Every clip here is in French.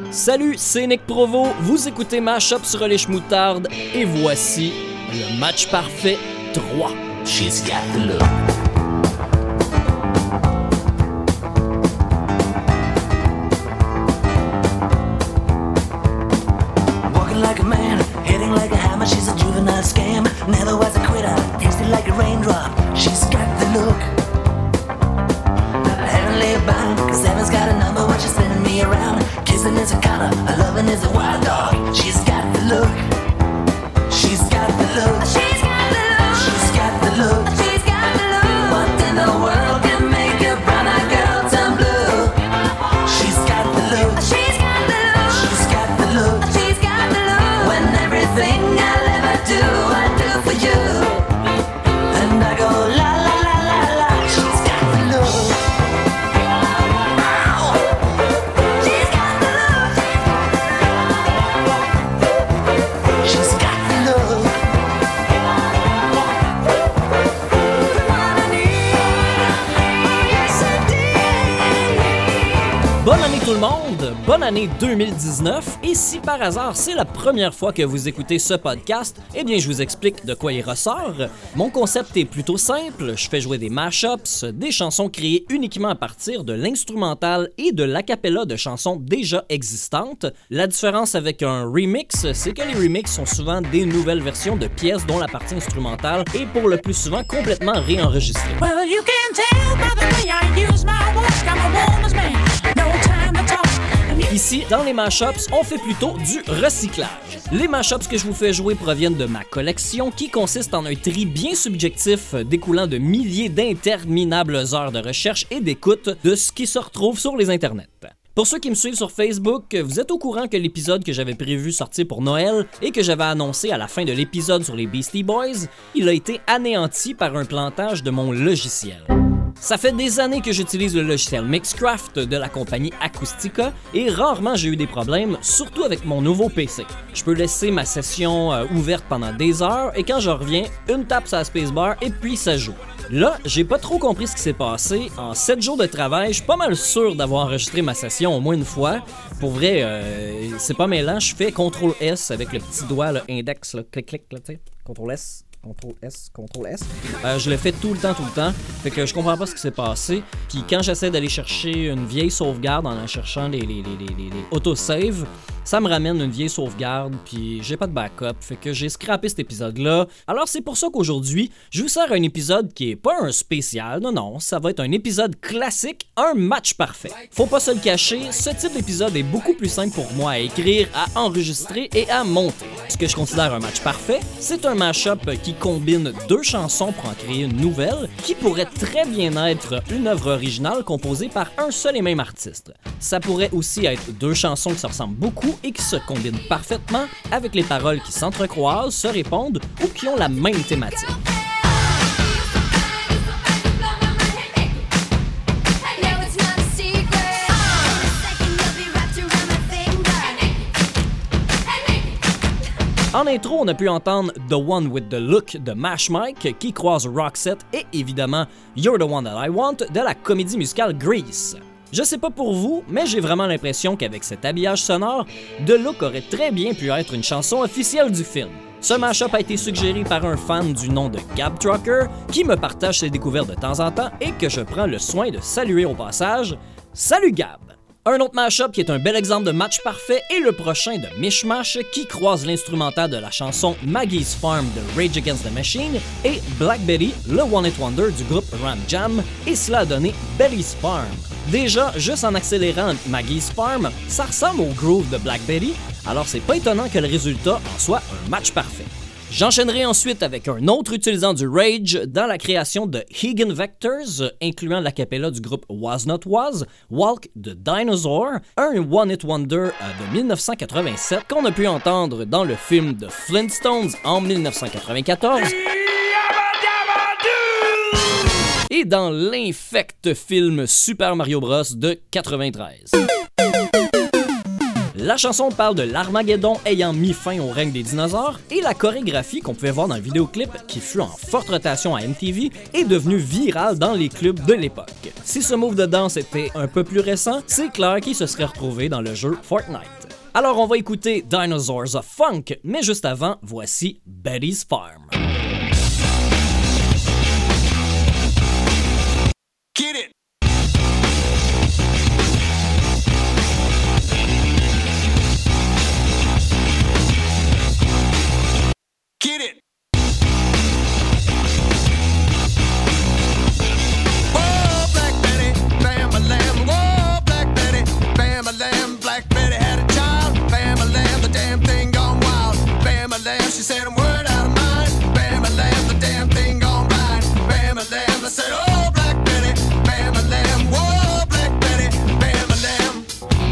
Salut, c'est Nick Provo, vous écoutez Mashup sur les Schmoutardes et voici le match parfait 3. She's got the look. Walking like a man, hitting like a hammer. She's a juvenile scam, never was a quitter. Tasted like a raindrop. She's got the look. Heavenly bound, 'cause heaven's got a number when she's spinning me around. Kissing is a color, her loving is a wild dog. She's got the look. She's got the look. She's got the look. She's got the look. She's got the look. What in the world can make a brown-eyed girl turn blue? She's got the look. She's got the look. She's got the look. She's got the look. When everything I'll ever do, I do for you. And I go la la la la la. She's got the look. Ow. She's got the look. She's got the look. Bonne année tout le monde, bonne année 2019 et si par hasard c'est la première fois que vous écoutez ce podcast, eh bien je vous explique de quoi il ressort. Mon concept est plutôt simple, je fais jouer des mashups, des chansons créées uniquement à partir de l'instrumental et de l'acapella de chansons déjà existantes. La différence avec un remix, c'est que les remixes sont souvent des nouvelles versions de pièces dont la partie instrumentale est pour le plus souvent complètement réenregistrée. Well, you can tell by the way I use my voice. I'm a woman's man. No time to talk. Ici, dans les mashups, on fait plutôt du recyclage. Les mashups que je vous fais jouer proviennent de ma collection qui consiste en un tri bien subjectif découlant de milliers d'interminables heures de recherche et d'écoute de ce qui se retrouve sur les internets. Pour ceux qui me suivent sur Facebook, vous êtes au courant que l'épisode que j'avais prévu sortir pour Noël et que j'avais annoncé à la fin de l'épisode sur les Beastie Boys, il a été anéanti par un plantage de mon logiciel. Ça fait des années que j'utilise le logiciel Mixcraft de la compagnie Acoustica et rarement j'ai eu des problèmes, surtout avec mon nouveau PC. Je peux laisser ma session ouverte pendant des heures et quand je reviens, une tape sur la spacebar et puis ça joue. Là, j'ai pas trop compris ce qui s'est passé. En 7 jours de travail, je suis pas mal sûr d'avoir enregistré ma session au moins une fois. Pour vrai, c'est pas mêlant, je fais CTRL-S avec le petit doigt, là, index, là, clic, là, tu sais, CTRL-S. CTRL-S, CTRL-S. Je le fais tout le temps. Fait que je comprends pas ce qui s'est passé. Puis quand j'essaie d'aller chercher une vieille sauvegarde en cherchant les autosave, ça me ramène une vieille sauvegarde, puis j'ai pas de backup, fait que j'ai scrappé cet épisode-là. Alors c'est pour ça qu'aujourd'hui, je vous sers un épisode qui est pas un spécial, non, ça va être un épisode classique, un match parfait. Faut pas se le cacher, ce type d'épisode est beaucoup plus simple pour moi à écrire, à enregistrer et à monter. Ce que je considère un match parfait, c'est un mashup qui combine deux chansons pour en créer une nouvelle, qui pourrait très bien être une œuvre originale composée par un seul et même artiste. Ça pourrait aussi être deux chansons qui se ressemblent beaucoup et qui se combinent parfaitement avec les paroles qui s'entrecroisent, se répondent ou qui ont la même thématique. En intro, on a pu entendre The One with the Look de Mash Mike qui croise Roxette et évidemment You're the One That I Want de la comédie musicale Grease. Je sais pas pour vous, mais j'ai vraiment l'impression qu'avec cet habillage sonore, The Look aurait très bien pu être une chanson officielle du film. Ce mashup a été suggéré par un fan du nom de Gab Trucker qui me partage ses découvertes de temps en temps et que je prends le soin de saluer au passage. Salut Gab! Un autre mashup qui est un bel exemple de match parfait est le prochain de Mishmash qui croise l'instrumental de la chanson Maggie's Farm de Rage Against the Machine et Black Betty, le One Hit Wonder du groupe Ram Jam, et cela a donné Betty's Farm. Déjà, juste en accélérant Maggie's Farm, ça ressemble au groove de Black Betty, alors c'est pas étonnant que le résultat en soit un match parfait. J'enchaînerai ensuite avec un autre utilisant du Rage dans la création de Higgin Vectors, incluant l'acapella du groupe Was Not Was, Walk the Dinosaur, un One Hit Wonder de 1987 qu'on a pu entendre dans le film The Flintstones en 1994 et dans l'infect film Super Mario Bros de 93. La chanson parle de l'Armageddon ayant mis fin au règne des dinosaures et la chorégraphie qu'on pouvait voir dans le vidéoclip qui fut en forte rotation à MTV est devenue virale dans les clubs de l'époque. Si ce move de danse était un peu plus récent, c'est clair qu'il se serait retrouvé dans le jeu Fortnite. Alors on va écouter Dinosaurs of Funk, mais juste avant, voici Betty's Farm. Get it! Get it! Whoa, Black Betty, bam-a-lam. Whoa, Black Betty, bam-a-lam. Black Betty had a child, bam-a-lam. The damn thing gone wild, bam-a-lam. She said a word out of mine, bam-a-lam. The damn thing gone blind, bam-a-lam. I said, oh, Black Betty, bam-a-lam. Whoa, Black Betty, bam-a-lam.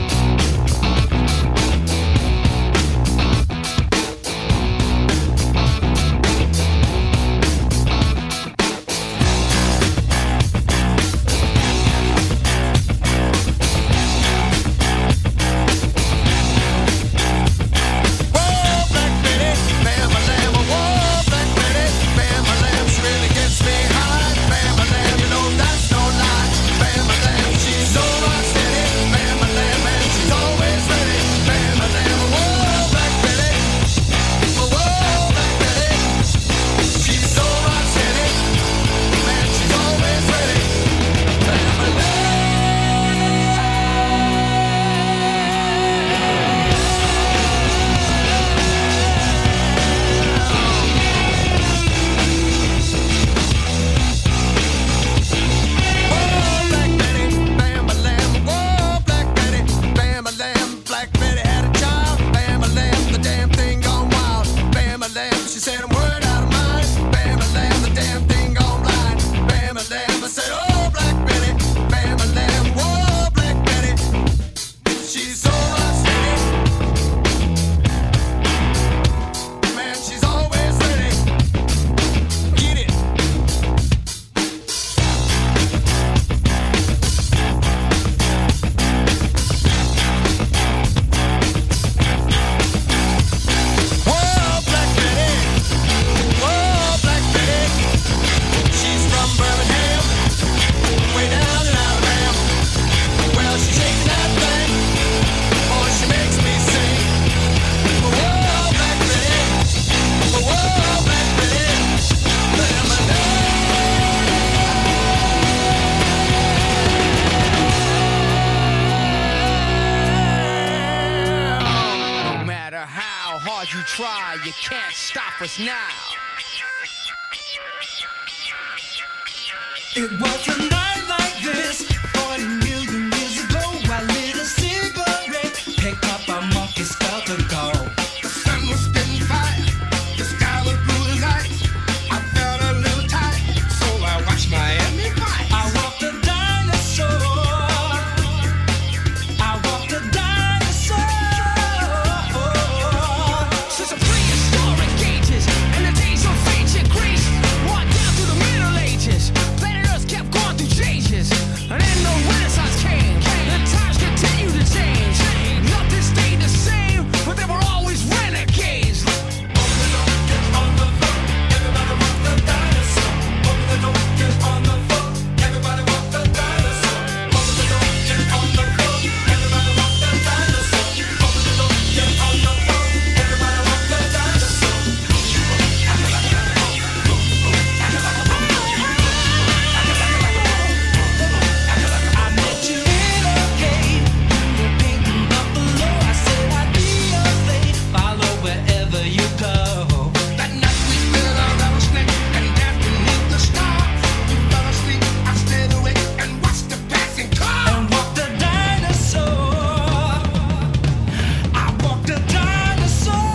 You can't stop us now. It was a night like this 40 million years ago. I lit a cigarette, picked up a monkey skull to go. The sun was spitting fire, the sky was blue as ice. I felt a little tight, so I watched Miami Vice. I walked a dinosaur. I walked a dinosaur. Since the prehistoric ages and the days of ancient Greece, walked down through the Middle Ages, planet Earth kept going through changes, and then the Renaissance came. The times continue to change. Nothing stayed the same, but they were always renegades. I met you in a cave, you were pink and buffalo. I said I'd be your slave, follow wherever you go. That night we spilled our rattlesnake and danced beneath the stars. You fell asleep, I stayed awake and watched the passing car. And walked a dinosaur. I walked a dinosaur.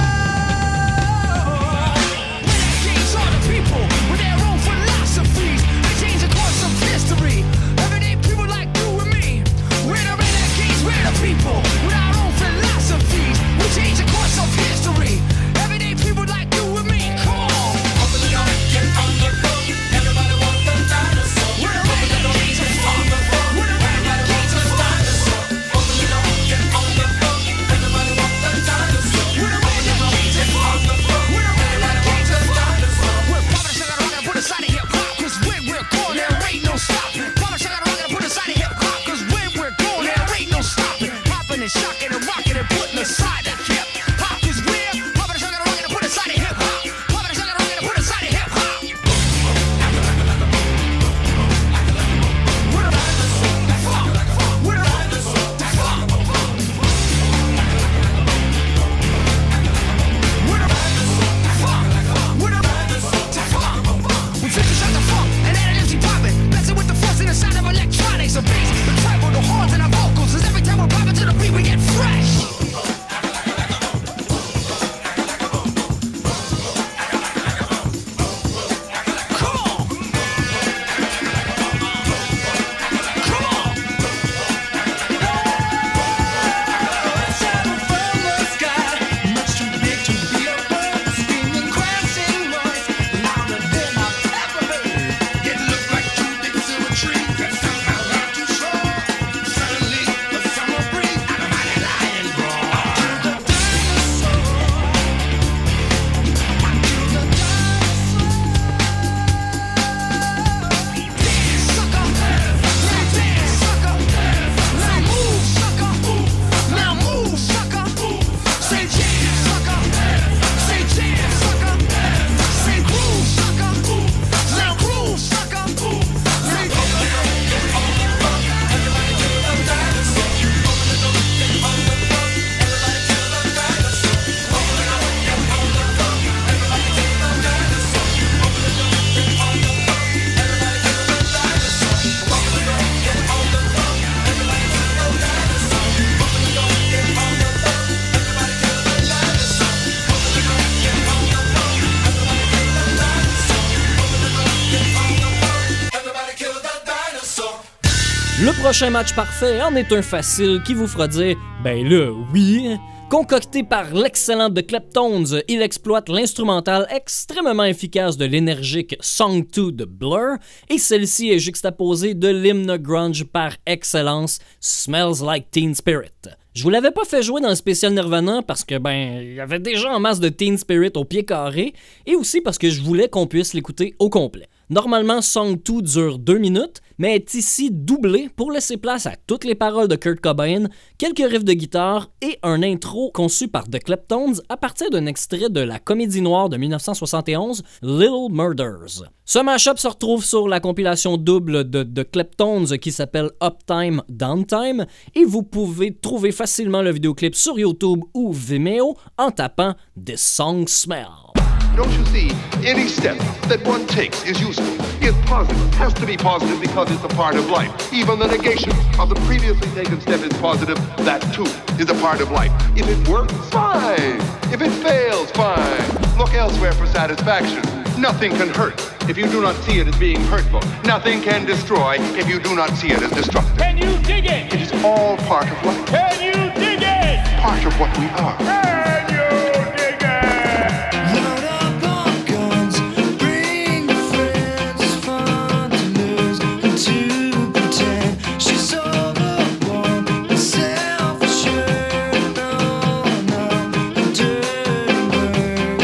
Renegades are the people with their own philosophies. They change the course of history. Everyday people like you and me. We're the renegades, we're the people with our own philosophies. We change the course of history. Everyday people like you and me. Come on. Open the door, get on the road. Everybody wants the dinosaur. We're the renegades of funk. We're the renegades of funk. Open the door, get on the road. Everybody wants the dinosaur. We're the renegades of funk. We're the renegades of funk. We're popping the sugar on the Le prochain match parfait en est un facile qui vous fera dire « Ben là, oui ». Concocté par l'excellent The Kleptones, il exploite l'instrumental extrêmement efficace de l'énergique Song 2 de Blur, et celle-ci est juxtaposée de l'hymne grunge par excellence, Smells Like Teen Spirit. Je vous l'avais pas fait jouer dans le spécial Nirvana parce que, il y avait déjà en masse de Teen Spirit au pied carré, et aussi parce que je voulais qu'on puisse l'écouter au complet. Normalement, Song 2 dure 2 minutes, mais est ici doublé pour laisser place à toutes les paroles de Kurt Cobain, quelques riffs de guitare et un intro conçu par The Kleptones à partir d'un extrait de la comédie noire de 1971, Little Murders. Ce mashup se retrouve sur la compilation double de The Kleptones qui s'appelle Uptime Downtime, et vous pouvez trouver facilement le vidéoclip sur YouTube ou Vimeo en tapant This Song Smell. Don't you see, any step that one takes is useful, is positive, has to be positive because it's a part of life. Even the negation of the previously taken step is positive. That too is a part of life. If it works, fine. If it fails, fine. Look elsewhere for satisfaction. Nothing can hurt if you do not see it as being hurtful. Nothing can destroy if you do not see it as destructive. Can you dig it? It is all part of life. Can you dig it? Part of what we are. Can you dig it? Load up on guns, bring your friends. It's fun to lose and to pretend she's overborn and self-assured. No, and dirty word.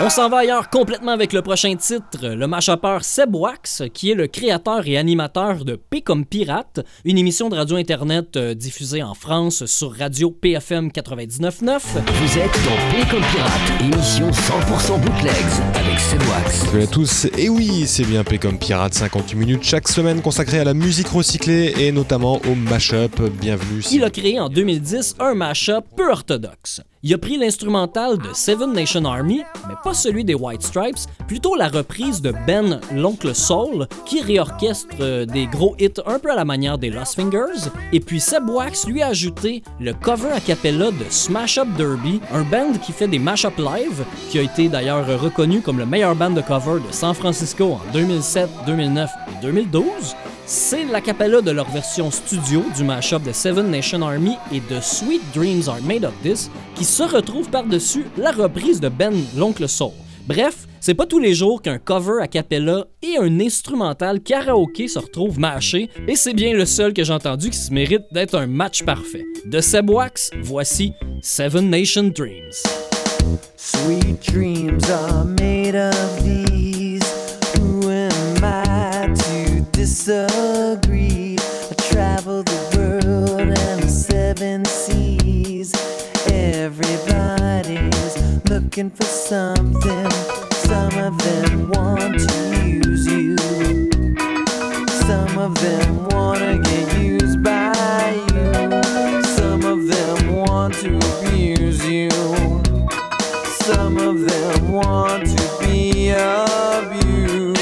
On s'en va ailleurs complètement avec le prochain titre, le mashuppeur Seb Wax, qui est le créateur et animateur de P comme Pirate, une émission de radio internet diffusée en France sur radio PFM 99.9. Vous êtes dans P comme Pirate, émission 100% bootlegs avec Seb Wax. Salut à tous, et oui, c'est bien P comme Pirate, 58 minutes chaque semaine consacrée à la musique recyclée et notamment au mashup. Bienvenue. Il a créé en 2010 un mashup peu orthodoxe. Il a pris l'instrumental de Seven Nation Army, mais pas celui des White Stripes, plutôt la reprise de Ben l'Oncle Soul, qui réorchestre des gros hits un peu à la manière des Lost Fingers. Et puis Seb Wax lui a ajouté le cover a cappella de Smash Up Derby, un band qui fait des mash-up live, qui a été d'ailleurs reconnu comme le meilleur band de cover de San Francisco en 2007, 2009 et 2012. C'est la cappella de leur version studio du mashup de Seven Nation Army et de Sweet Dreams Are Made of This qui se retrouve par-dessus la reprise de Ben l'Oncle Soul. Bref, c'est pas tous les jours qu'un cover a cappella et un instrumental karaoké se retrouvent mashés et c'est bien le seul que j'ai entendu qui se mérite d'être un match parfait. De Seb Wax, voici Seven Nation Dreams. Sweet dreams are made of these. Who am I to disagree? I travel the world and the seven seas. Everybody's looking for something. Some of them want to use you. Some of them want to get used by you. Some of them want to abuse you. Some of them want to be abused.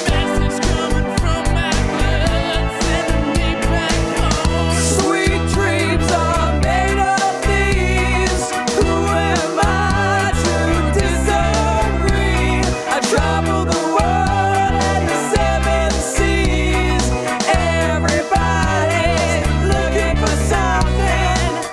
Sweet dreams are made of these. Who am I to disagree? I travel the world and the seven seas. Everybody's looking for something.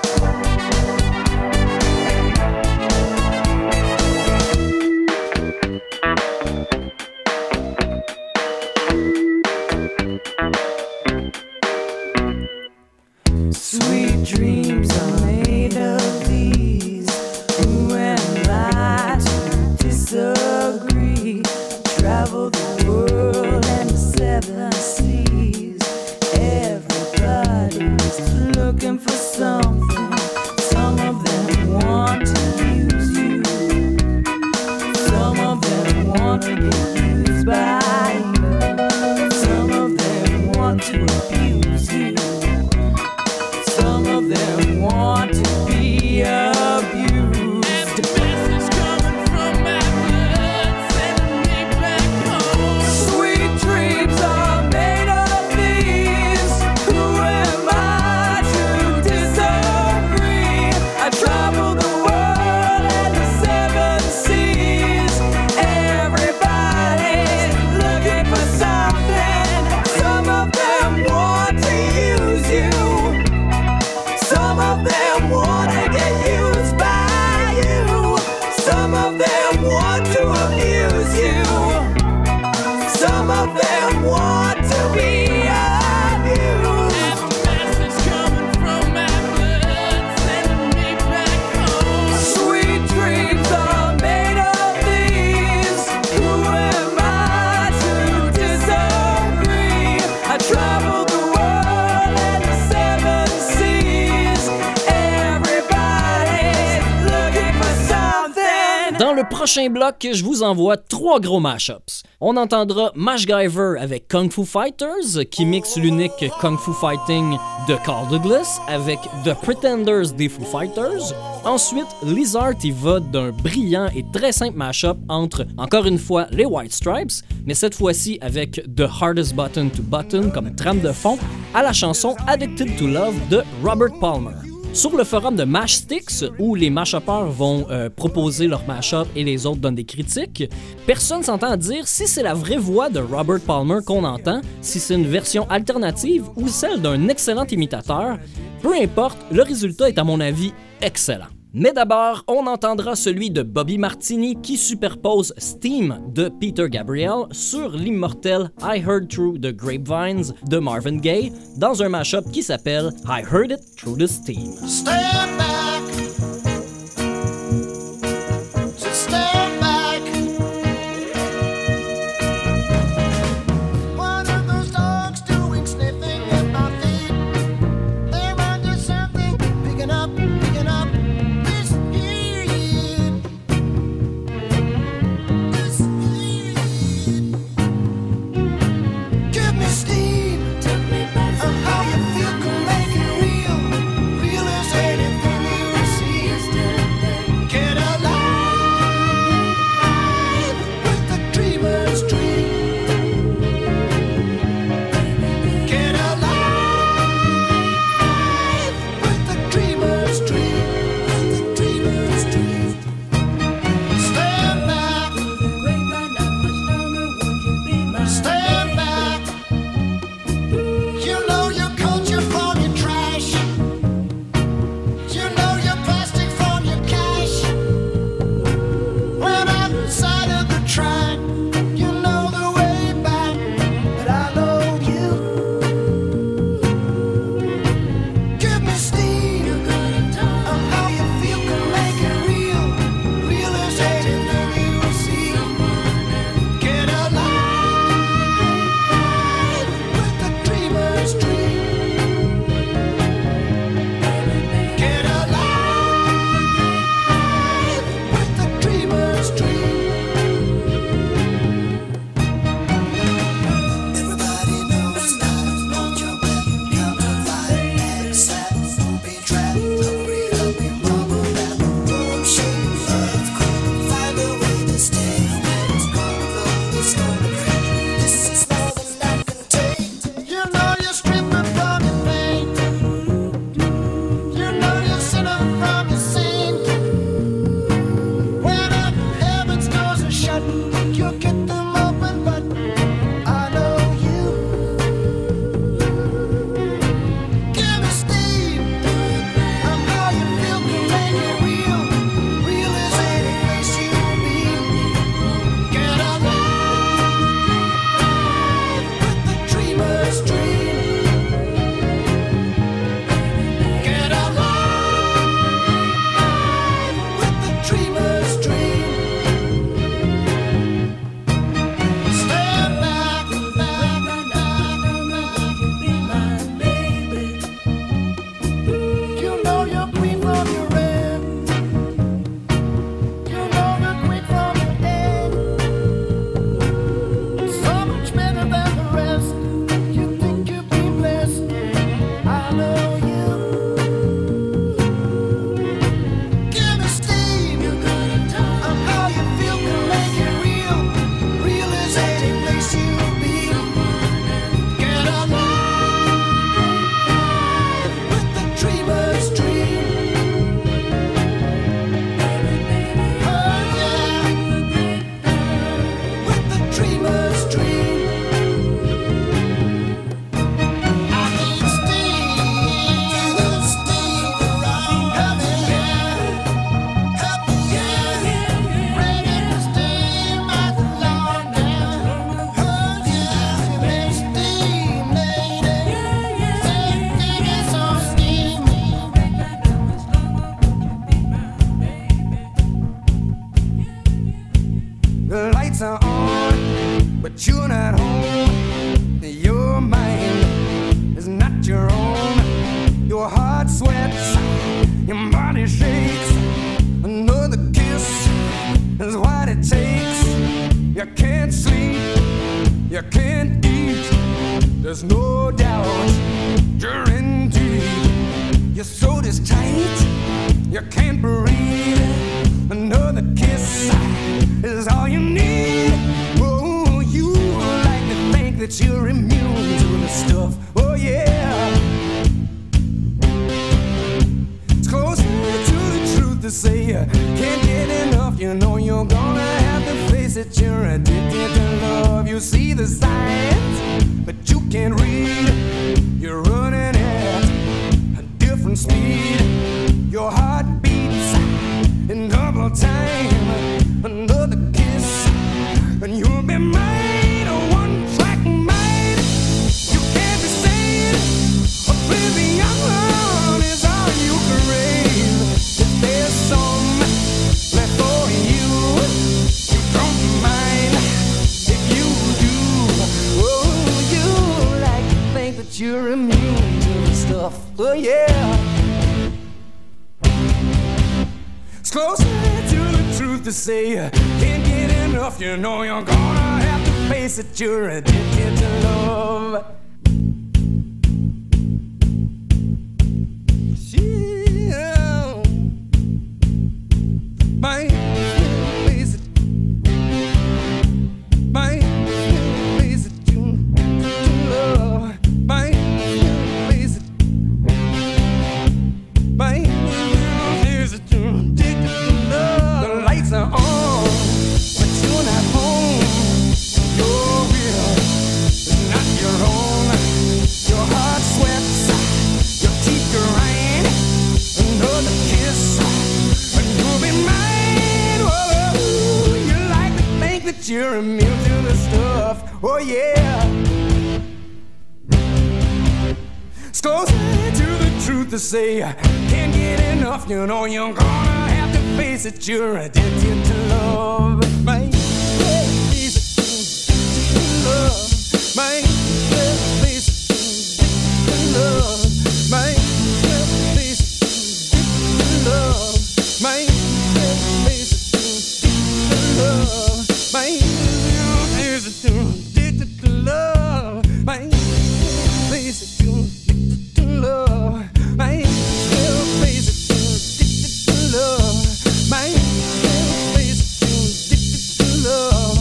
Sweet dreams are made of these. Who am I to disagree? Travel the world and the seven seas. Everybody's looking for something. Some of them want to use you. Some of them want to get used by you. Some of them want to abuse you. Some of them want to be abused. The best is coming from my blood, sending me back home. Sweet dreams are made of these. Who am I to disagree? I travel the world and the seven seas. Everybody's looking for something. Some of them want to use you. Some of them want to get used by you. Some of them want to abuse you. Some of them want to be abused. The message coming from my blood, sending me back home. Sweet dreams are made of these. Who am I to disagree? I travel the world and the seven seas. Everybody's looking for something. Dans le prochain bloc, je vous envoie 3 gros mashups. On entendra Mashgiver avec Kung Fu Fighters, qui mixe l'unique Kung Fu Fighting de Carl Douglas avec The Pretenders des Foo Fighters. Ensuite, Lizard y va d'un brillant et très simple mashup entre, encore une fois, les White Stripes, mais cette fois-ci avec The Hardest Button to Button comme trame de fond à la chanson Addicted to Love de Robert Palmer. Sur le forum de Mashsticks, où les mashuppers vont proposer leur mashup et les autres donnent des critiques, personne s'entend à dire si c'est la vraie voix de Robert Palmer qu'on entend, si c'est une version alternative ou celle d'un excellent imitateur. Peu importe, le résultat est à mon avis excellent. Mais d'abord, on entendra celui de Bobby Martini qui superpose Steam de Peter Gabriel sur l'immortel I Heard Through the Grapevines de Marvin Gaye dans un mashup qui s'appelle I Heard It Through the Steam. Stand back. Just stand back. There's no doubt you're in deep. Your throat is tight, you can't breathe. Another kiss is all you need. Oh, you like to think that you're immune to the stuff. Oh yeah. It's closer to the truth to say you can't get enough. You know you're gonna have to face it. You're addicted to love. You see the signs, but you can't read. You're running at a different speed. Your heart beats in double time. Another kiss, and you'll be mine. A one-track mind. You can't be saved. Oblivion is all you crave. If there's some left for you, you don't mind. If you do, oh, you like to think that you're immune to the stuff. Oh yeah. It's closer to the truth to say you can't get enough. You know you're gonna have to face it. You're addicted to love. Yeah. My face it. My face it to love. My face it. My face it to love. The lights are on, but you're not home. Your will is not your own. Your heart sweats, your teeth grind. Another kiss, and you'll be mine. Oh, you like to think that you're immune to the stuff. Oh yeah. It's closer to the truth to say you can't get enough. You know you're gonna have to face it. You're addicted to love. My face it to love. My face it to love. My face it to love. My face it to love. My face it to love. My face it to love. My face it to love. My face it to love.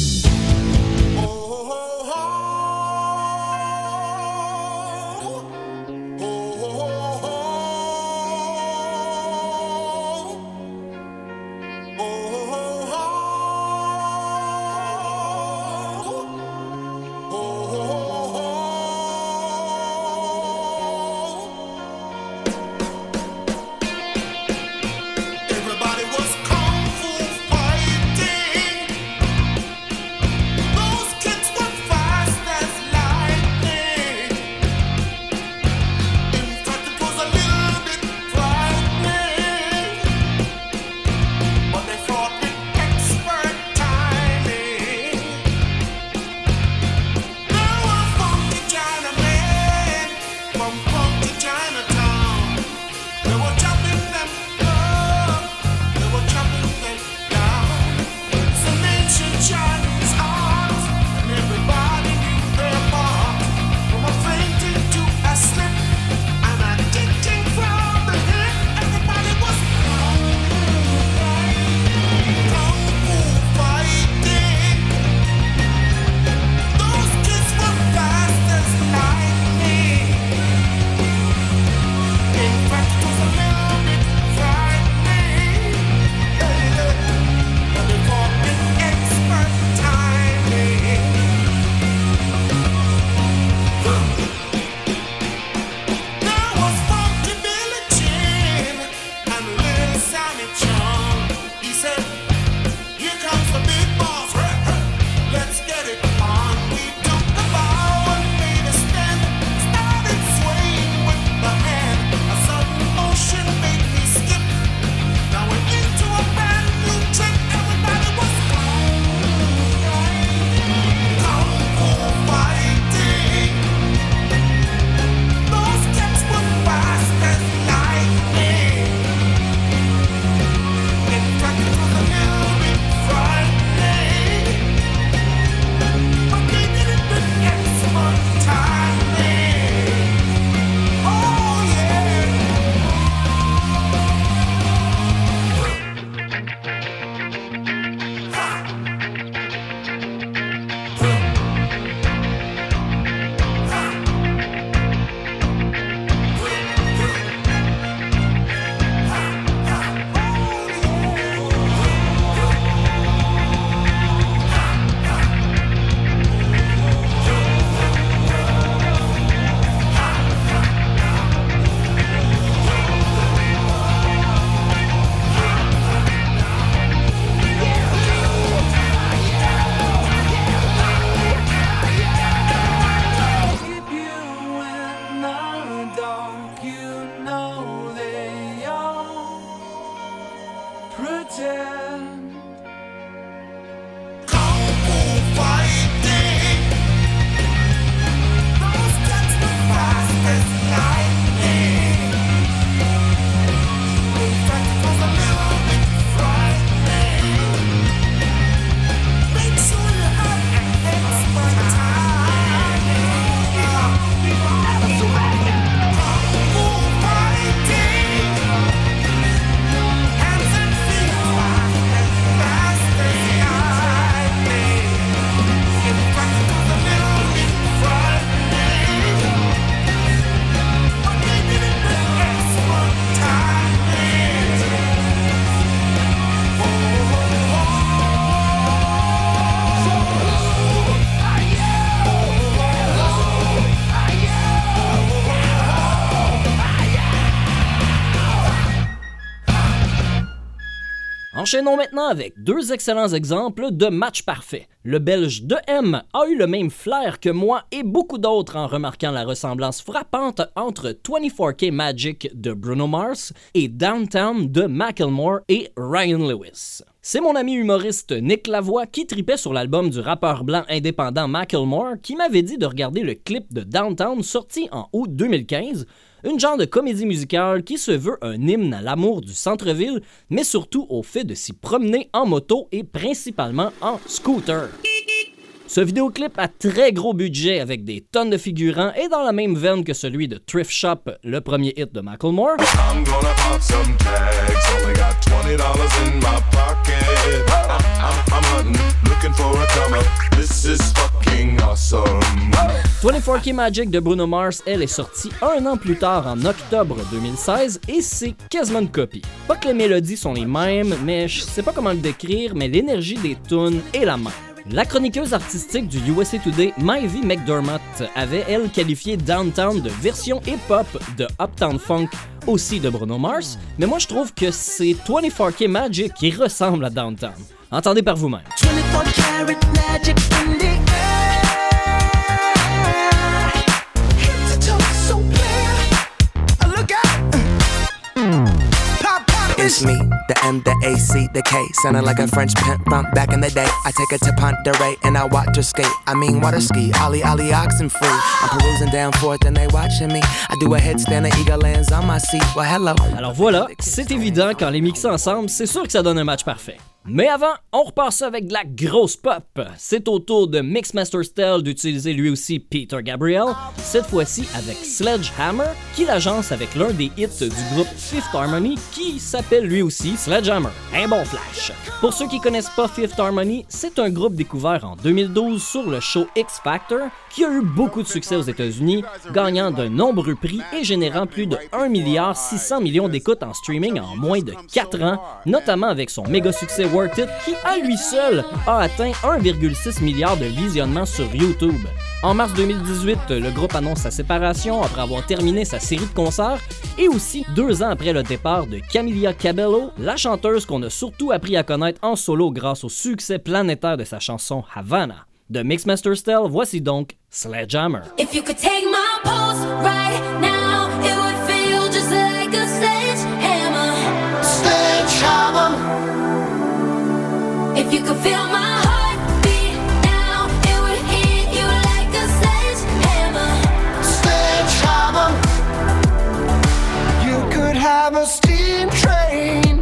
Everybody was kung fu fighting. Those kids were fast as lightning. In fact, it was a little bit frightening, but they fought with expert timing. There were funky Chinamen from funky Chinatown. They were chopping them up, they were chopping them down. Some ancient Chinese art, and everybody knew their part. From a fainting to a slip, and a ditching from the hip. Everybody was kung fu fighting. Those kids were fast as lightning. Enchaînons maintenant avec deux excellents exemples de match parfait. Le Belge de M a eu le même flair que moi et beaucoup d'autres en remarquant la ressemblance frappante entre 24K Magic de Bruno Mars et Downtown de Macklemore et Ryan Lewis. C'est mon ami humoriste Nick Lavoie qui tripait sur l'album du rappeur blanc indépendant Macklemore qui m'avait dit de regarder le clip de Downtown sorti en août 2015, une genre de comédie musicale qui se veut un hymne à l'amour du centre-ville, mais surtout au fait de s'y promener en moto et principalement en scooter. Ce vidéoclip à très gros budget avec des tonnes de figurants est dans la même veine que celui de Thrift Shop, le premier hit de Macklemore. I'm gonna pop some tags, only got $20 in my pocket. I'm hunting, looking for a come up. This is fucking awesome. 24K Magic de Bruno Mars, elle, est sortie un an plus tard en octobre 2016 et c'est quasiment une copie. Pas que les mélodies sont les mêmes, mais je sais pas comment le décrire, mais l'énergie des tunes est la même. La chroniqueuse artistique du USA Today, Myvie McDermott, avait, elle, qualifié Downtown de version hip-hop de Uptown Funk, aussi de Bruno Mars, mais moi je trouve que c'est 24K Magic qui ressemble à Downtown. Entendez par vous-même. 24 karat magic in the air. Head to toe so clear. Look out. Pop, pop. It's me, the M, the A, C, the K. Sounding like a French pimp from back in the day. I take her to Ponderay and I watch her skate. I mean water ski, ollie, ollie, oxen free. I'm perusing down forth and they watching me. I do a headstand and eagle lands on my seat. Well, hello. Alors voilà, c'est évident, quand les mixés ensemble, c'est sûr que ça donne un match parfait. Mais avant, on repart ça avec de la grosse pop. C'est au tour de Mixmaster Stell d'utiliser lui aussi Peter Gabriel, cette fois-ci avec Sledgehammer, qui l'agence avec l'un des hits du groupe Fifth Harmony, qui s'appelle lui aussi Sledgehammer. Un bon flash. Pour ceux qui connaissent pas Fifth Harmony, c'est un groupe découvert en 2012 sur le show X Factor, qui a eu beaucoup de succès aux États-Unis, gagnant de nombreux prix et générant plus de 1,6 milliard d'écoutes en streaming en moins de 4 ans, notamment avec son méga succès Worth It, qui à lui seul a atteint 1,6 milliard de visionnements sur YouTube. En mars 2018, le groupe annonce sa séparation après avoir terminé sa série de concerts et aussi 2 ans après le départ de Camila Cabello, la chanteuse qu'on a surtout appris à connaître en solo grâce au succès planétaire de sa chanson Havana. De Mixmaster Stell, voici donc Sledgehammer. If you could take my pulse right now, it would feel just like a sledgehammer. Sledgehammer. If you could feel my heartbeat now, it would hit you like a sledgehammer. Sledgehammer. You could have a steam train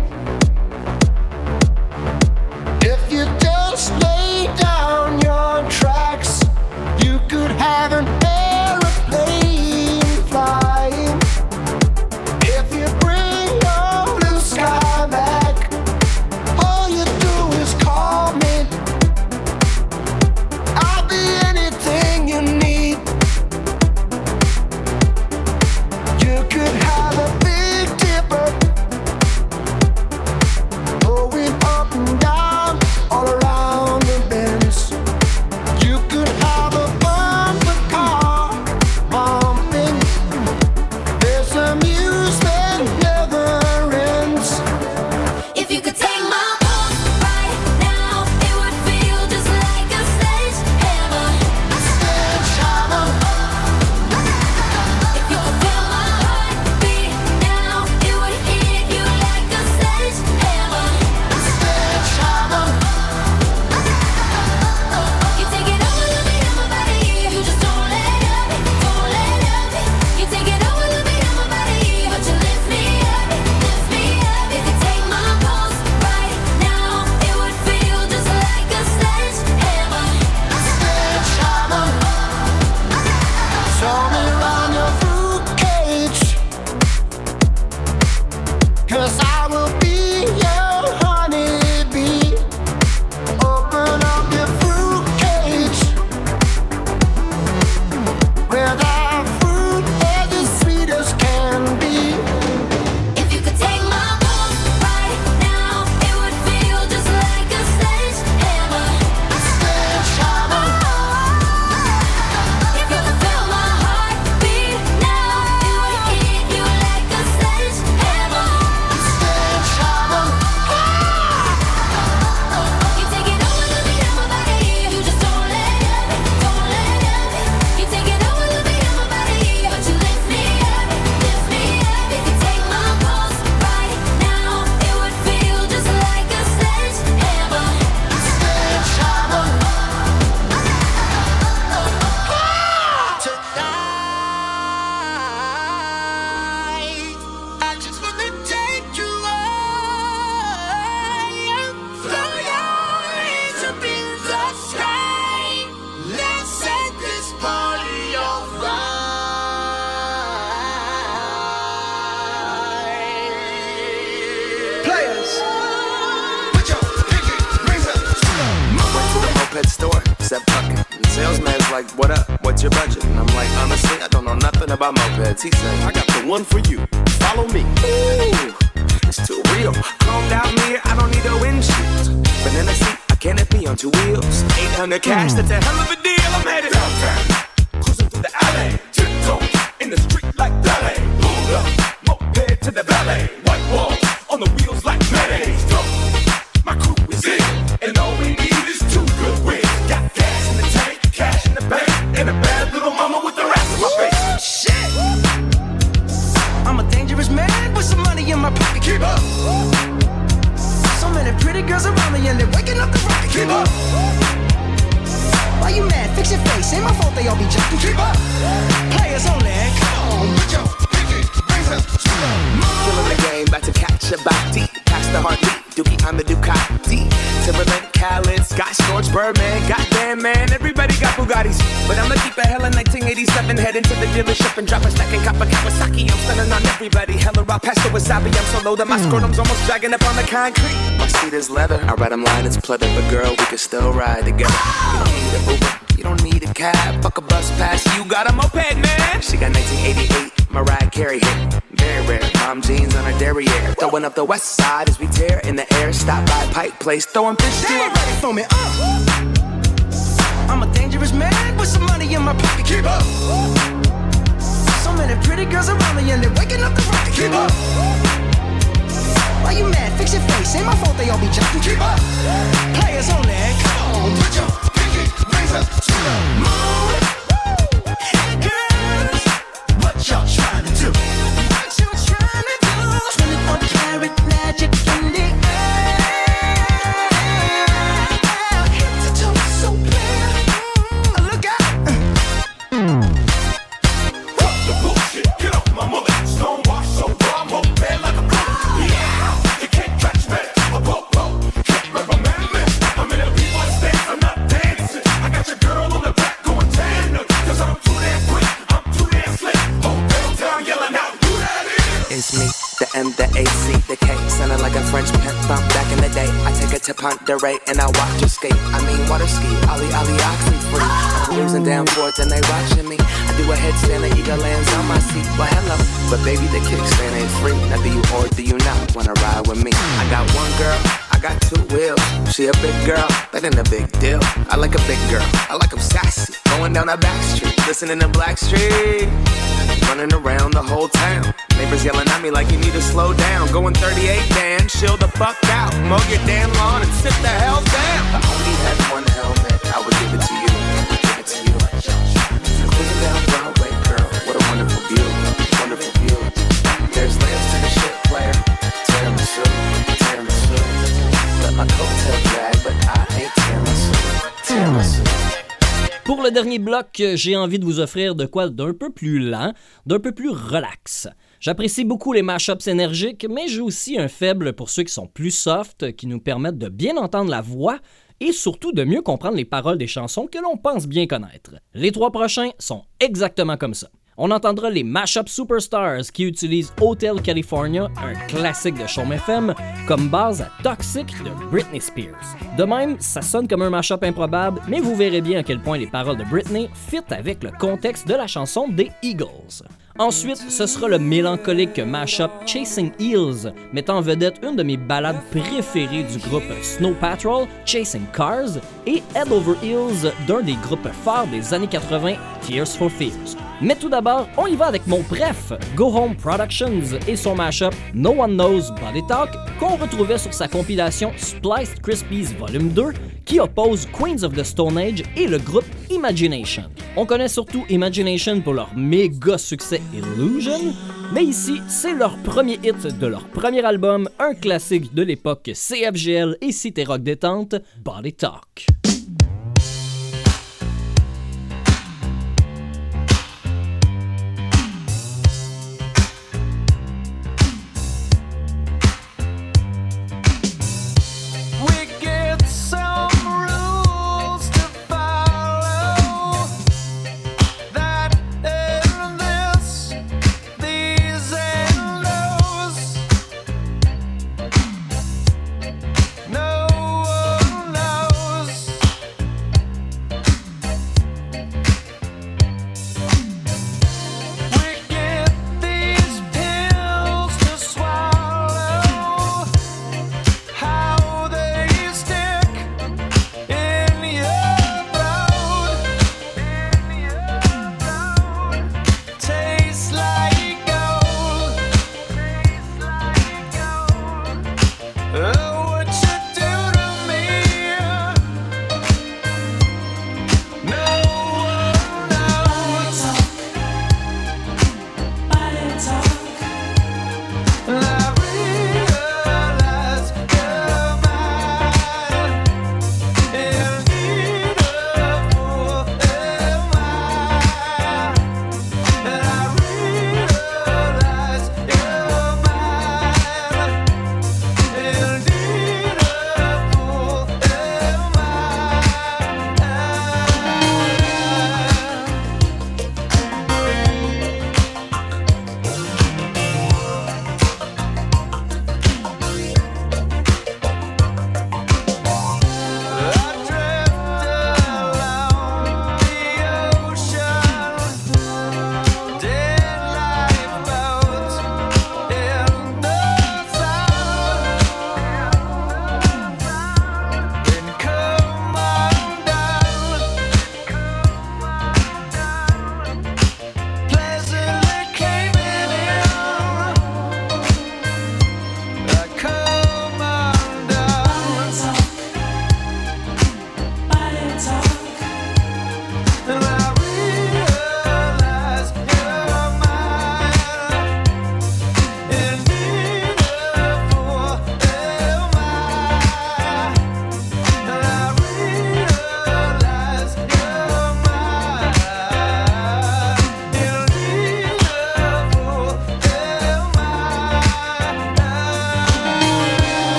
if you just lay down your tracks. You could have an aeroplane me round your fruit cage, 'cause I will be your honeybee. Open up your fruit cage, where that fruit is as sweet as can be. If you could take my pulse right now, it would feel just like a sledgehammer. Sledgehammer. If you could feel my heartbeat now, it would hit you like a sledgehammer. Sledgehammer. You take it over the beat of my body, you just don't let up, don't let up. You take it over the beat of my body, but you lift me up, lift me up. If you take my pulse right now, it would feel just like a sledgehammer. Sledgehammer. Tonight, I just wanna take you high, throw your hands up in the sky. Let's set this party on fire. Players, put your pinky rings up. Went to the moped store, said fuck it. And the salesman's like, what up, what's your budget? And I'm like, honestly, I don't know nothing about mopeds. He said, I got the one for you, follow me. Ooh, it's too real. Chromed out mirror, I don't need a windshield. Banana seat, I can't be on two wheels. 800 cash, that's a hell of a deal. I'm headed downtown, cruising through the alley. Tiptoe in the street like ballet. Pulled up, moped to the valet. White walls on the wheels like mayonnaise. My crew is in, and all we need is two good wins. Got gas in the tank, cash in the bank, and a bad little mama with the rest of my face. Shit! I'm a dangerous man with some money in my pocket. Keep up! So many pretty girls around me and they're waking up the rocket. Keep up! Why you mad? Fix your face. Ain't my fault they all be jacking. Keep up! Players only. Come on, put your pinky rings up. Killing the game, about to catch a body. Past the heartbeat, Dookie, I'm the Ducati. Timberland, Khaled, Scott Storch, Birdman. Goddamn man, everybody got Bugattis. But I'ma keep a hella 1987. Head into the dealership and drop a stack and cop a Kawasaki. I'm stunning on everybody. Hella raw, past the wasabi. I'm so low that my scrotum's almost dragging up on the concrete. My seat is leather. I ride 'em line, it's pleather. But girl, we can still ride together. You don't need an Uber, you don't need a cab. Fuck a bus pass, you got a moped, man. She got 1988, Mariah Carey hit. Very rare, mom jeans on her derriere. Throwing up the west side as we tear in the air. Stop by Pike Place, throwing fish to Damn, a ready for me. I'm a dangerous man with some money in my pocket. Keep up! So many pretty girls around me and they're waking up the rocket. Keep up! Why you mad? Fix your face. Ain't my fault they all be jacking. Keep up! Players only. Come on, put your pinky rings up to the moon. Hey girls, what y'all trying to do? What you trying to do? 24 karat magic in the air. Head to toe so clear. Look out! Fuck the bullshit, get off my mullet. Stonewash so raw, moped like a pro. Yeah, you can't catch me. A po-po, can't reprimand me. I'm in a B-boy stance, I'm not dancing. I got your girl on the back going tandem. 'Cause I'm too damn quick, I'm too damn slick. Whole downtown yelling out, who that is? It's me, the M, the A, C, the K. Sounding like a French pimp bump back in the day. I take her to Ponderay and I watch her skate. I mean water ski, ollie, oxen free. I'm cruising down fourth and they watching me. I do a headstand, the eagle lands on my seat. Well, hello, but baby, the kickstand ain't free. Now do you or do you not wanna ride with me? I got one girl, I got two wheels. She a big girl, that ain't a big deal. I like a big girl, I like 'em sassy. Going down that back street, listening to Blackstreet. Running around the whole town. Neighbors yelling at me like you need to slow down. Going 38, Dan, chill the fuck out. Mow your damn lawn and sit the hell down. I only had one helmet, I would give it to you. Give it to you. Cruising down Broadway, girl, what a wonderful view. Wonderful view. There's lamps to the shit player. Tiramisu, tiramisu. Let my coattail drag, but I ain't tiramisu. Tiramisu. Pour le dernier bloc, j'ai envie de vous offrir de quoi d'un peu plus lent, d'un peu plus relax. J'apprécie beaucoup les mashups énergiques, mais j'ai aussi un faible pour ceux qui sont plus soft, qui nous permettent de bien entendre la voix et surtout de mieux comprendre les paroles des chansons que l'on pense bien connaître. Les trois prochains sont exactement comme ça. On entendra les Mashup Superstars qui utilisent Hotel California, un classique de Chaume FM, comme base à Toxic de Britney Spears. De même, ça sonne comme un mashup improbable, mais vous verrez bien à quel point les paroles de Britney fit avec le contexte de la chanson des Eagles. Ensuite, ce sera le mélancolique mashup Chasing Eels, mettant en vedette une de mes ballades préférées du groupe Snow Patrol, Chasing Cars, et Head Over Heels d'un des groupes phares des années 80, Tears for Fears. Mais tout d'abord, on y va avec mon préf, Go Home Productions et son mashup No One Knows Body Talk, qu'on retrouvait sur sa compilation Spliced Crispies Volume 2, qui oppose Queens of the Stone Age et le groupe Imagination. On connaît surtout Imagination pour leur méga succès Illusion, mais ici, c'est leur premier hit de leur premier album, un classique de l'époque CFGL et Cité Rock Détente, Body Talk. We get some rules to follow. That and this, these and those. No one knows.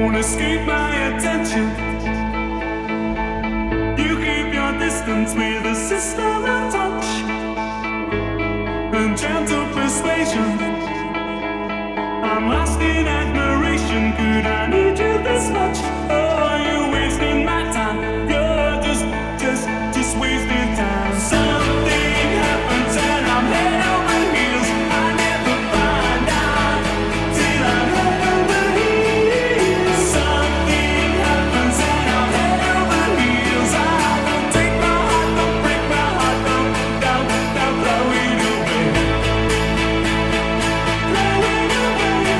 won't escape my attention. You keep your distance with a system of touch and gentle persuasion. I'm lost in admiration. Could I need you this much? Oh, you're wasting my time. You're just wasting time. Something happens and I'm head over heels. I never find out till I'm head over heels. Something happens and I'm head over heels. I don't take my heart, don't break my heart, don't throw it away. Throw it away.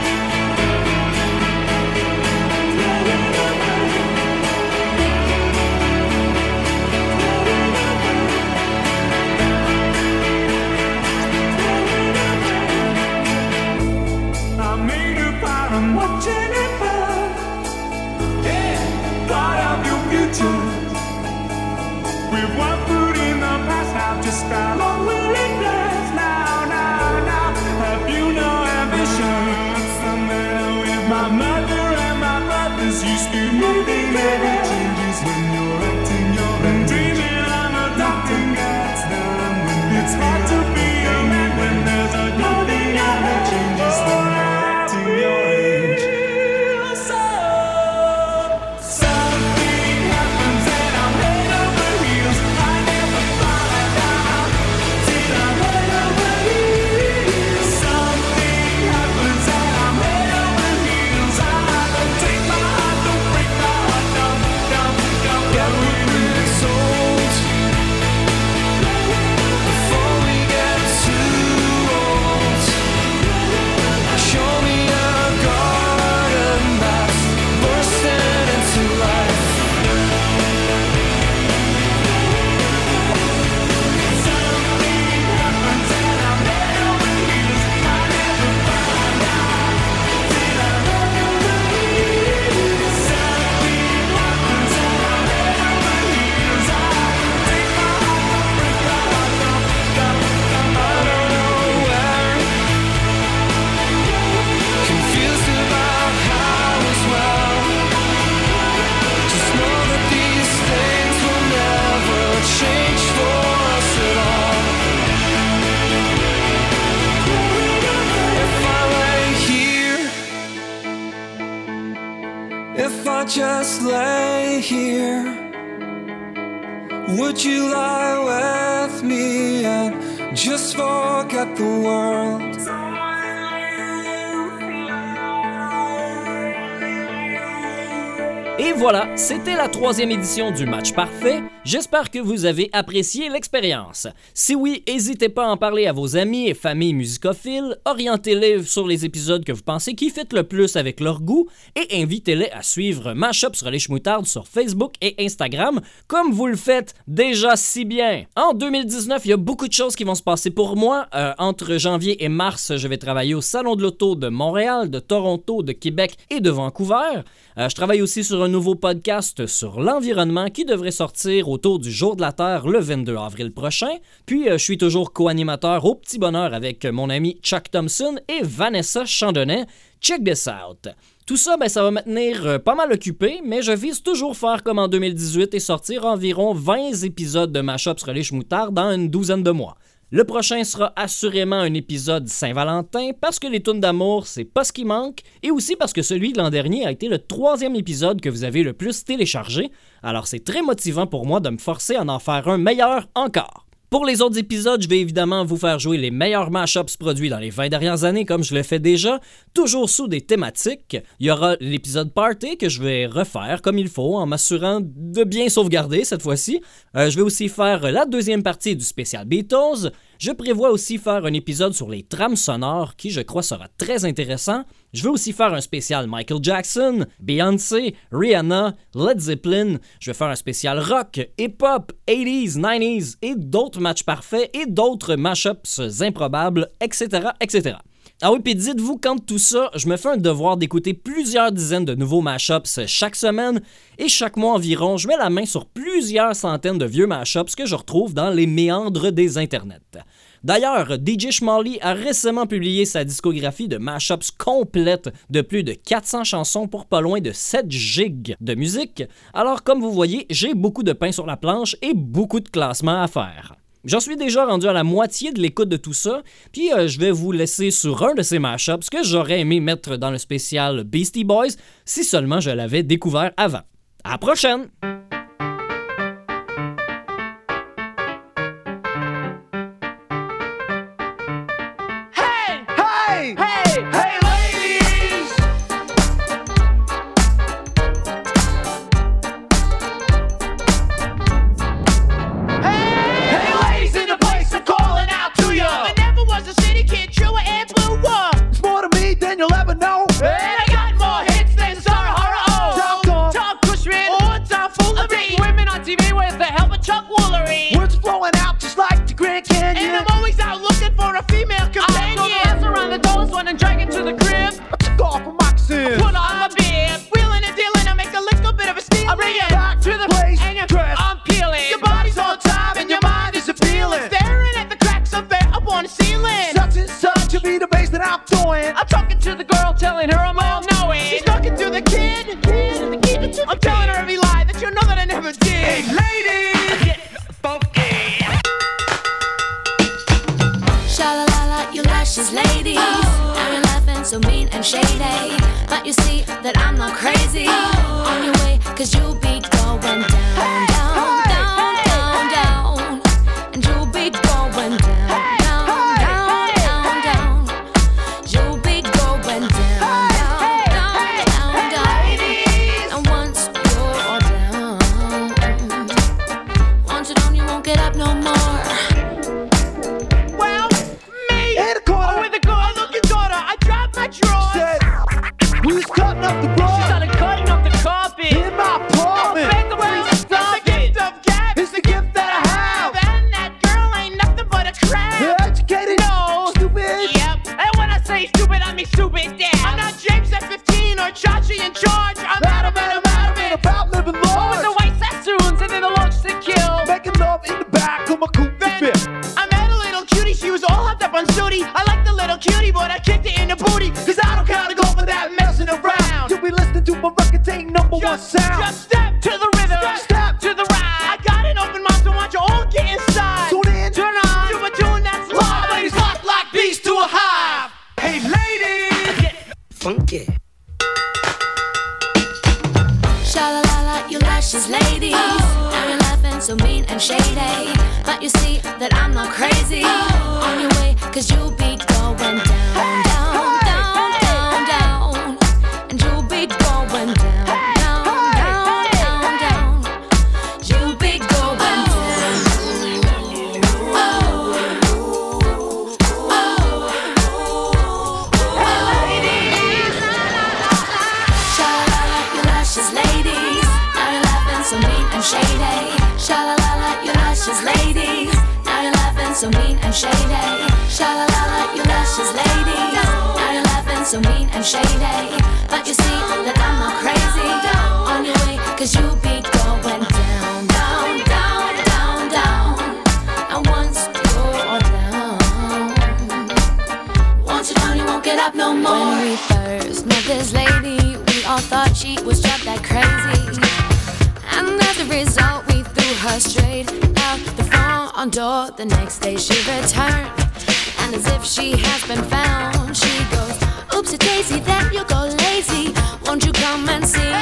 I made a vow, I'm watching it burn. Yeah, thought of your future. With one foot in the past, now just how long will it last? Now, have you no ambition? Somewhere with my mother and my brothers used to moving every changes when you're acting your age. Dreaming I'm a doctor, that's done. It's hard to be a man when there's a nothing ever changes when you're acting your age. Something happens and I'm head over heels. I never find out till I'm head over heels. Something happens and I'm head over heels. I don't take my heart, don't break my heart, down. Get rid souls before we get too old. Show me a garden that's bursting into life. Something happens and I'm head over heels. I never find out till I'm head over heels. Something happens and I'm head over heels. I don't take my heart, don't break my heart, don't. I don't know where. Confused about how as well. Just know that these things will never change for us at all. If I lay here, if I just lay here, would you lie with me and just forget the world? Et voilà, c'était la 3e édition du Match Parfait. J'espère que vous avez apprécié l'expérience. Si oui, n'hésitez pas à en parler à vos amis et familles musicophiles, orientez-les sur les épisodes que vous pensez qui fitent le plus avec leur goût et invitez-les à suivre Mashups Relais Schmoutarde sur Facebook et Instagram, comme vous le faites déjà si bien. En 2019, il y a beaucoup de choses qui vont se passer pour moi. Entre janvier et mars, je vais travailler au Salon de l'Auto de Montréal, de Toronto, de Québec et de Vancouver. Je travaille aussi sur un nouveau podcast sur l'environnement qui devrait sortir autour du Jour de la Terre le 22 avril prochain. Puis, je suis toujours co-animateur au Petit Bonheur avec mon ami Chuck Thompson et Vanessa Chandonnet. Check this out! Tout ça, ça va me tenir pas mal occupé, mais je vise toujours faire comme en 2018 et sortir environ 20 épisodes de Mashups Relais Schmoutarde dans une douzaine de mois. Le prochain sera assurément un épisode Saint-Valentin parce que les tunes d'amour, c'est pas ce qui manque et aussi parce que celui de l'an dernier a été le 3e épisode que vous avez le plus téléchargé. Alors c'est très motivant pour moi de me forcer à en faire un meilleur encore. Pour les autres épisodes, je vais évidemment vous faire jouer les meilleurs mashups produits dans les 20 dernières années, comme je le fais déjà, toujours sous des thématiques. Il y aura l'épisode Party que je vais refaire comme il faut, en m'assurant de bien sauvegarder cette fois-ci. Je vais aussi faire la deuxième partie du spécial Beatles. Je prévois aussi faire un épisode sur les trames sonores, qui je crois sera très intéressant. Je vais aussi faire un spécial Michael Jackson, Beyoncé, Rihanna, Led Zeppelin. Je vais faire un spécial rock, hip-hop, 80s, 90s et d'autres matchs parfaits et d'autres mashups improbables, etc., etc. Ah oui, puis dites-vous, quand tout ça, je me fais un devoir d'écouter plusieurs dizaines de nouveaux mashups chaque semaine et chaque mois environ, je mets la main sur plusieurs centaines de vieux mashups que je retrouve dans les méandres des internets. D'ailleurs, DJ Schmally a récemment publié sa discographie de mashups complète de plus de 400 chansons pour pas loin de 7 gigs de musique. Alors comme vous voyez, j'ai beaucoup de pain sur la planche et beaucoup de classements à faire. J'en suis déjà rendu à la moitié de l'écoute de tout ça, puis je vais vous laisser sur un de ces mashups que j'aurais aimé mettre dans le spécial Beastie Boys si seulement je l'avais découvert avant. À la prochaine! Hey, hey, ladies! Hey, ladies in the place, I'm calling out to ya. There never was a city kid, truer and bluer. It's more to me than you'll ever know. And I got more hits than Sarah Horror. Tom Cushman or Tom Foolery. I'm taking women on TV with the help of Chuck Woolery. Words flowing out just like the Grand Canyon. And I'm always out looking for a female companion. Around the doors when I'm dragging to the crib. I took off my moccasins. Put on my bib. Wheeling and dealing, I make a little bit of a steal. I bring it back to the place and your dress. I'm peeling. Your body's on time and your mind is appealing. Staring at the cracks up there up on the ceiling. Such and such to be the bass that I'm doing. I'm talking to the girl, telling her I'm all knowing. She's talking to the kid. I'm telling her every lie that you know that I never did. Hey, ladies, get funky. Sha-la-la-la, your lashes, ladies. Now you're laughing so mean and shady. But you see that I'm not crazy. On your way, cause you'll be going down, down, down, down, down. And you'll be going down, down, down, down, down. You'll be going down, down, down, down, down. And once you're all down, once you're down, you won't get up no more. We was cutting up the rug. She started cutting up the carpet in my apartment. Oh, the way you stop it. It's the gift of gab. It's the gift that I have. And that girl ain't nothing but a crab. Educated, no, stupid. Yep. And when I say stupid, I mean stupid. Yeah. I'm not James at 15 or Chachi in charge. I'm Adam about living large. Oh, with the white sassoons and then the lunch to kill. Making love in the back of my coupe fit. I met a little cutie. She was all hopped up on Sooty. I like the little cutie, but I kicked it in the booty. Cause I don't gotta go for that messing around. You'll be listening to my record, ain't number one sound. Just step to the rhythm, step to the ride. I got an open mind, so want you all get inside. Tune in, turn on, to a tune that's live. Ladies lock like bees to a hive. Hey ladies, get funky. Sha-la-la-la, your lashes, ladies. Now you're laughing so mean and shady. But you see that I'm not crazy. On your way, cause you'll be going down, down, down, down, down. And you'll be going down, down, down, down, down. You'll be going down. Sha-la-la-la, your lashes, ladies. Now you're laughing so mean and shady. Sha-la-la-la, your lashes, ladies. Now you're laughing so mean and shady. Sha-la-la-la, your lashes, ladies. Now you're laughing so mean and shady. But you see that I'm not crazy. On your way, cause you'll be going down, down, down, down, down. And once you're all down, once you're down, you won't get up no more. When we first met this lady, we all thought she was just that crazy. And as a result, we threw her straight out the front door. The next day she returned, and as if she has been found, she goes, oopsie daisy, that you go lazy. Won't you come and see